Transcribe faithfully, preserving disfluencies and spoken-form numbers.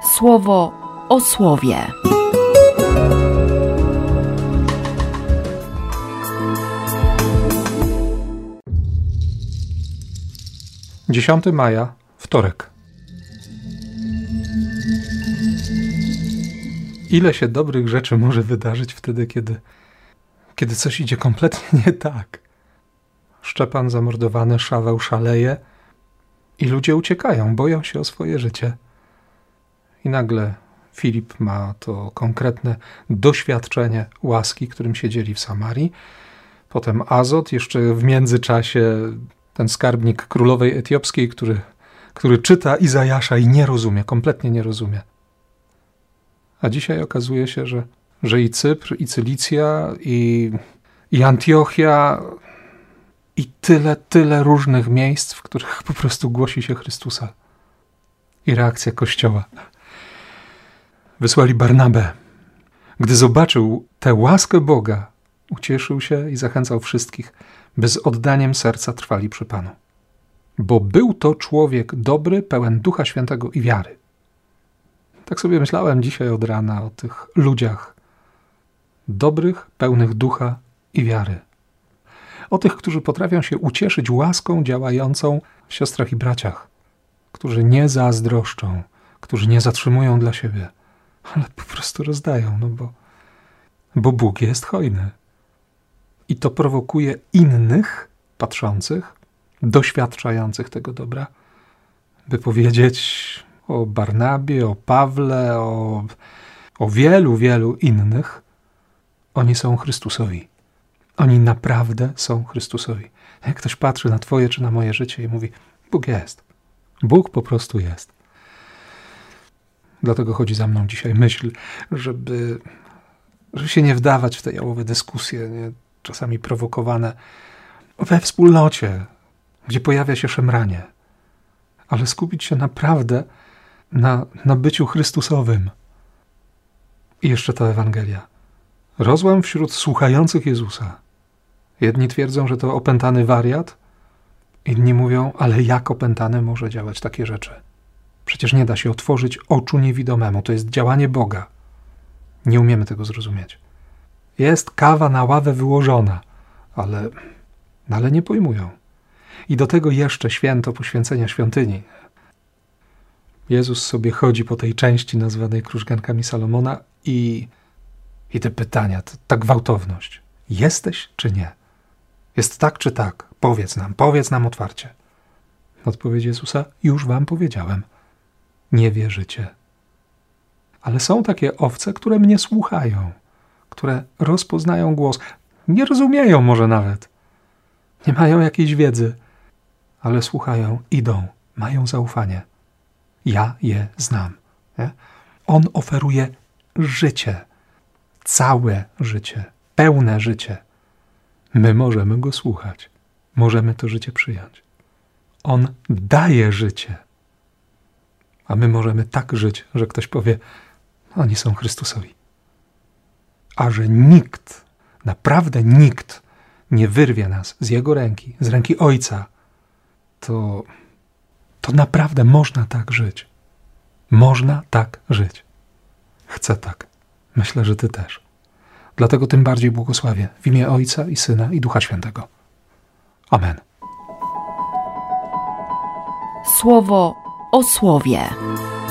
Słowo o słowie. dziesiątego maja, wtorek. Ile się dobrych rzeczy może wydarzyć wtedy, kiedy, kiedy coś idzie kompletnie nie tak. Szczepan zamordowany, Szaweł szaleje i ludzie uciekają, boją się o swoje życie. I nagle Filip ma to konkretne doświadczenie łaski, którym się dzieli w Samarii. Potem Azot, jeszcze w międzyczasie ten skarbnik królowej etiopskiej, który, który czyta Izajasza i nie rozumie, kompletnie nie rozumie. A dzisiaj okazuje się, że, że i Cypr, i Cylicja, i, i Antiochia, i tyle, tyle różnych miejsc, w których po prostu głosi się Chrystusa. I reakcja Kościoła. Wysłali Barnabę. Gdy zobaczył tę łaskę Boga, ucieszył się i zachęcał wszystkich, by z oddaniem serca trwali przy Panu. Bo był to człowiek dobry, pełen Ducha Świętego i wiary. Tak sobie myślałem dzisiaj od rana o tych ludziach dobrych, pełnych Ducha i wiary. O tych, którzy potrafią się ucieszyć łaską działającą w siostrach i braciach, którzy nie zazdroszczą, którzy nie zatrzymują dla siebie, ale po prostu rozdają, no bo, bo Bóg jest hojny. I to prowokuje innych patrzących, doświadczających tego dobra, by powiedzieć o Barnabie, o Pawle, o, o wielu, wielu innych. Oni są Chrystusowi. Oni naprawdę są Chrystusowi. Jak ktoś patrzy na twoje czy na moje życie i mówi, Bóg jest. Bóg po prostu jest. Dlatego chodzi za mną dzisiaj myśl, żeby, żeby się nie wdawać w te jałowe dyskusje, nie? Czasami prowokowane we wspólnocie, gdzie pojawia się szemranie, ale skupić się naprawdę na, na byciu Chrystusowym. I jeszcze ta Ewangelia. Rozłam wśród słuchających Jezusa. Jedni twierdzą, że to opętany wariat, inni mówią, ale jak opętany może działać takie rzeczy? Przecież nie da się otworzyć oczu niewidomemu. To jest działanie Boga. Nie umiemy tego zrozumieć. Jest kawa na ławę wyłożona, ale, ale nie pojmują. I do tego jeszcze święto poświęcenia świątyni. Jezus sobie chodzi po tej części nazwanej krużgankami Salomona i, i te pytania, ta, ta gwałtowność. Jesteś czy nie? Jest tak czy tak? Powiedz nam, powiedz nam otwarcie. Odpowiedź Jezusa, już wam powiedziałem. Nie wierzycie. Ale są takie owce, które mnie słuchają, które rozpoznają głos. Nie rozumieją może nawet. Nie mają jakiejś wiedzy, ale słuchają, idą, mają zaufanie. Ja je znam. Nie? On oferuje życie. Całe życie. Pełne życie. My możemy go słuchać. Możemy to życie przyjąć. On daje życie. A my możemy tak żyć, że ktoś powie, oni są Chrystusowi. A że nikt, naprawdę nikt nie wyrwie nas z Jego ręki, z ręki Ojca, to, to naprawdę można tak żyć. Można tak żyć. Chcę tak. Myślę, że ty też. Dlatego tym bardziej błogosławię w imię Ojca i Syna i Ducha Świętego. Amen. Słowo o słowie.